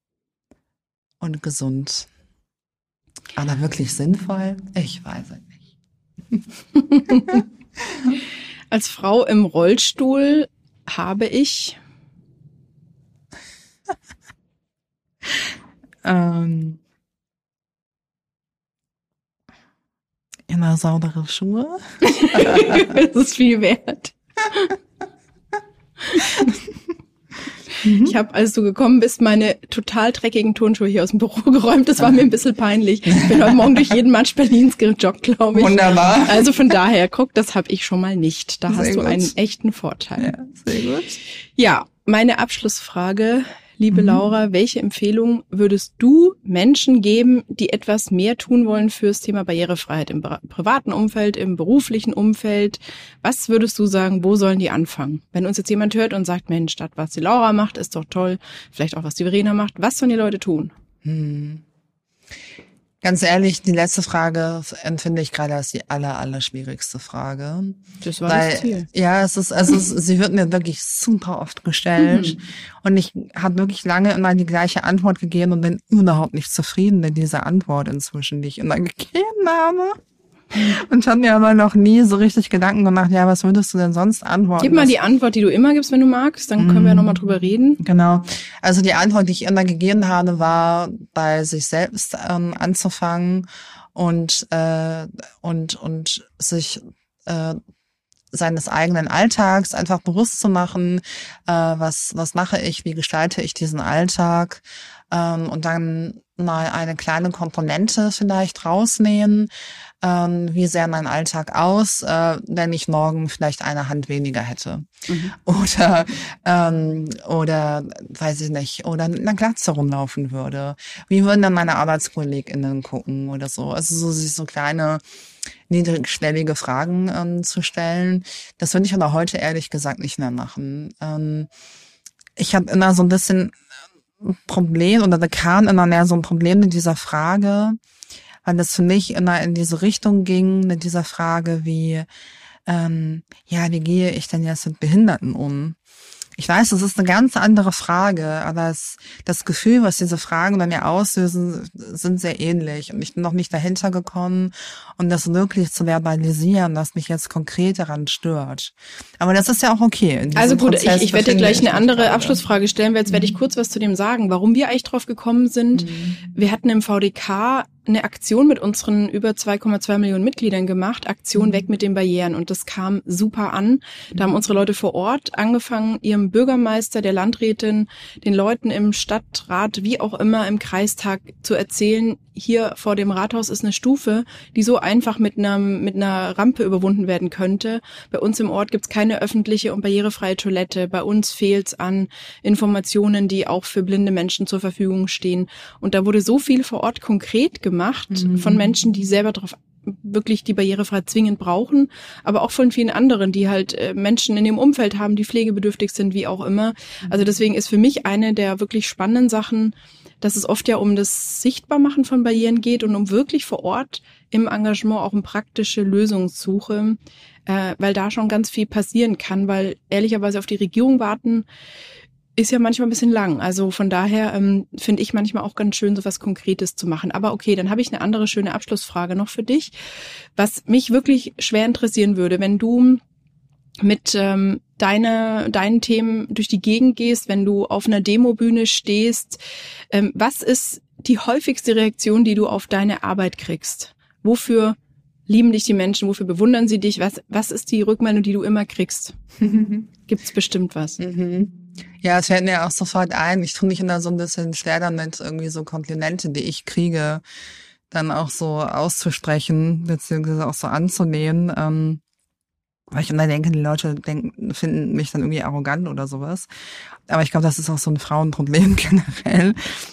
gesund. Aber wirklich sinnvoll? Ich weiß es nicht. Als Frau im Rollstuhl habe ich immer saubere Schuhe. Das ist viel wert. Ich habe, als du gekommen bist, meine total dreckigen Turnschuhe hier aus dem Büro geräumt. Das war mir ein bisschen peinlich. Ich bin heute Morgen durch jeden Matsch Berlins gejoggt, glaube ich. Wunderbar. Also von daher, guck, das habe ich schon mal nicht. Da Sehr hast du gut. einen echten Vorteil. Ja, sehr gut. Ja, meine Abschlussfrage, liebe Laura, welche Empfehlung würdest du Menschen geben, die etwas mehr tun wollen fürs Thema Barrierefreiheit im privaten Umfeld, im beruflichen Umfeld? Was würdest du sagen, wo sollen die anfangen? Wenn uns jetzt jemand hört und sagt, Mensch, das, was die Laura macht, ist doch toll, vielleicht auch, was die Verena macht, was sollen die Leute tun? Ganz ehrlich, die letzte Frage empfinde ich gerade als die aller schwierigste Frage. Das war das Ziel. Ja, sie wird mir wirklich super oft gestellt und ich habe wirklich lange immer die gleiche Antwort gegeben und bin überhaupt nicht zufrieden mit dieser Antwort inzwischen, die ich immer gegeben habe. Und ich habe mir aber noch nie so richtig Gedanken gemacht, ja, was würdest du denn sonst antworten? Gib mal die Antwort, die du immer gibst, wenn du magst, dann können wir nochmal drüber reden. Genau. Also die Antwort, die ich immer gegeben habe, war, bei sich selbst anzufangen und sich seines eigenen Alltags einfach bewusst zu machen, was mache ich, wie gestalte ich diesen Alltag, und dann mal eine kleine Komponente vielleicht rausnehmen, wie sähe mein Alltag aus, wenn ich morgen vielleicht eine Hand weniger hätte. Oder weiß ich nicht, oder mit einer Glatze rumlaufen würde. Wie würden dann meine ArbeitskollegInnen gucken oder so. Also sich so kleine niedrigschwellige Fragen zu stellen. Das würde ich aber heute ehrlich gesagt nicht mehr machen. Ich habe immer so ein bisschen Problem, oder da kam immer mehr so ein Problem mit dieser Frage, weil das für mich immer in diese Richtung ging, mit dieser Frage wie, wie gehe ich denn jetzt mit Behinderten um? Ich weiß, das ist eine ganz andere Frage, aber das Gefühl, was diese Fragen bei mir auslösen, sind sehr ähnlich. Und ich bin noch nicht dahinter gekommen, um das wirklich zu verbalisieren, was mich jetzt konkret daran stört. Aber das ist ja auch okay. Also gut, ich werde dir gleich eine andere Abschlussfrage stellen, weil jetzt werde ich kurz was zu dem sagen, warum wir eigentlich drauf gekommen sind. Wir hatten im VDK eine Aktion mit unseren über 2,2 Millionen Mitgliedern gemacht, Aktion weg mit den Barrieren, und das kam super an. Da haben unsere Leute vor Ort angefangen, ihrem Bürgermeister, der Landrätin, den Leuten im Stadtrat, wie auch immer im Kreistag zu erzählen, hier vor dem Rathaus ist eine Stufe, die so einfach mit einer Rampe überwunden werden könnte. Bei uns im Ort gibt's keine öffentliche und barrierefreie Toilette. Bei uns fehlt's an Informationen, die auch für blinde Menschen zur Verfügung stehen. Und da wurde so viel vor Ort konkret gemacht von Menschen, die selber darauf wirklich die Barrierefreiheit zwingend brauchen, aber auch von vielen anderen, die halt Menschen in ihrem Umfeld haben, die pflegebedürftig sind, wie auch immer. Also deswegen ist für mich eine der wirklich spannenden Sachen, dass es oft ja um das Sichtbarmachen von Barrieren geht und um wirklich vor Ort im Engagement auch um praktische Lösungssuche, weil da schon ganz viel passieren kann, weil ehrlicherweise auf die Regierung warten ist ja manchmal ein bisschen lang. Also von daher finde ich manchmal auch ganz schön, so was Konkretes zu machen. Aber okay, dann habe ich eine andere schöne Abschlussfrage noch für dich. Was mich wirklich schwer interessieren würde, wenn du mit deinen Themen durch die Gegend gehst, wenn du auf einer Demobühne stehst, was ist die häufigste Reaktion, die du auf deine Arbeit kriegst? Wofür lieben dich die Menschen? Wofür bewundern sie dich? Was ist die Rückmeldung, die du immer kriegst? Gibt's bestimmt was? Ja, es fällt mir auch sofort ein. Ich tue mich immer so ein bisschen schwer damit, irgendwie so Komplimente, die ich kriege, dann auch so auszusprechen, beziehungsweise auch so anzunehmen. Weil ich immer denke, die Leute finden mich dann irgendwie arrogant oder sowas. Aber ich glaube, das ist auch so ein Frauenproblem generell.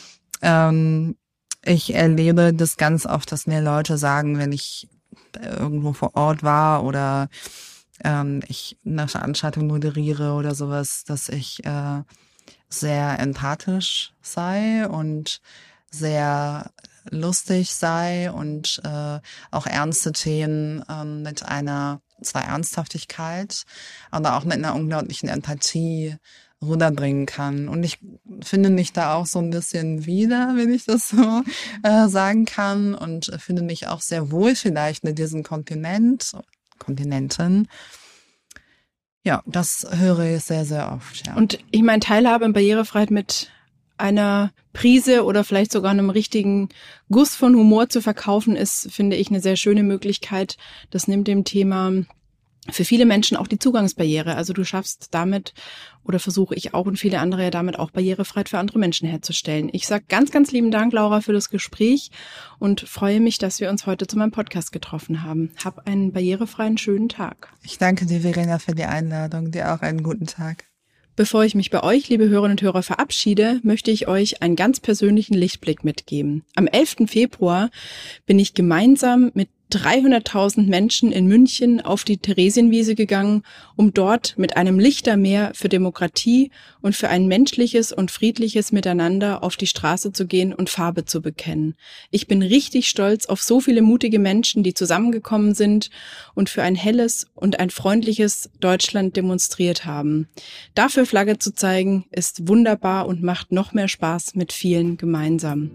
Ich erlebe das ganz oft, dass mir Leute sagen, wenn ich irgendwo vor Ort war oder ich eine Veranstaltung moderiere oder sowas, dass ich sehr empathisch sei und sehr lustig sei und auch ernste Themen mit einer zwar Ernsthaftigkeit, aber auch mit einer unglaublichen Empathie rüberbringen kann. Und ich finde mich da auch so ein bisschen wieder, wenn ich das so sagen kann, und finde mich auch sehr wohl vielleicht mit diesem Kontinenten. Ja, das höre ich sehr, sehr oft. Ja. Und ich meine, Teilhabe und Barrierefreiheit mit einer Prise oder vielleicht sogar einem richtigen Guss von Humor zu verkaufen, ist, finde ich, eine sehr schöne Möglichkeit. Das nimmt dem Thema für viele Menschen auch die Zugangsbarriere. Also du schaffst damit, oder versuche ich auch und viele andere ja damit auch Barrierefreiheit für andere Menschen herzustellen. Ich sage ganz, ganz lieben Dank, Laura, für das Gespräch und freue mich, dass wir uns heute zu meinem Podcast getroffen haben. Hab einen barrierefreien, schönen Tag. Ich danke dir, Verena, für die Einladung. Dir auch einen guten Tag. Bevor ich mich bei euch, liebe Hörerinnen und Hörer, verabschiede, möchte ich euch einen ganz persönlichen Lichtblick mitgeben. Am 11. Februar bin ich gemeinsam mit 300.000 Menschen in München auf die Theresienwiese gegangen, um dort mit einem Lichtermeer für Demokratie und für ein menschliches und friedliches Miteinander auf die Straße zu gehen und Farbe zu bekennen. Ich bin richtig stolz auf so viele mutige Menschen, die zusammengekommen sind und für ein helles und ein freundliches Deutschland demonstriert haben. Dafür Flagge zu zeigen, ist wunderbar und macht noch mehr Spaß mit vielen gemeinsam.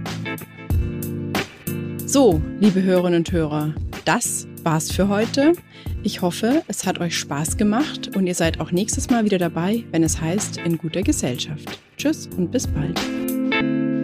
So, liebe Hörerinnen und Hörer, das war's für heute. Ich hoffe, es hat euch Spaß gemacht und ihr seid auch nächstes Mal wieder dabei, wenn es heißt In guter Gesellschaft. Tschüss und bis bald.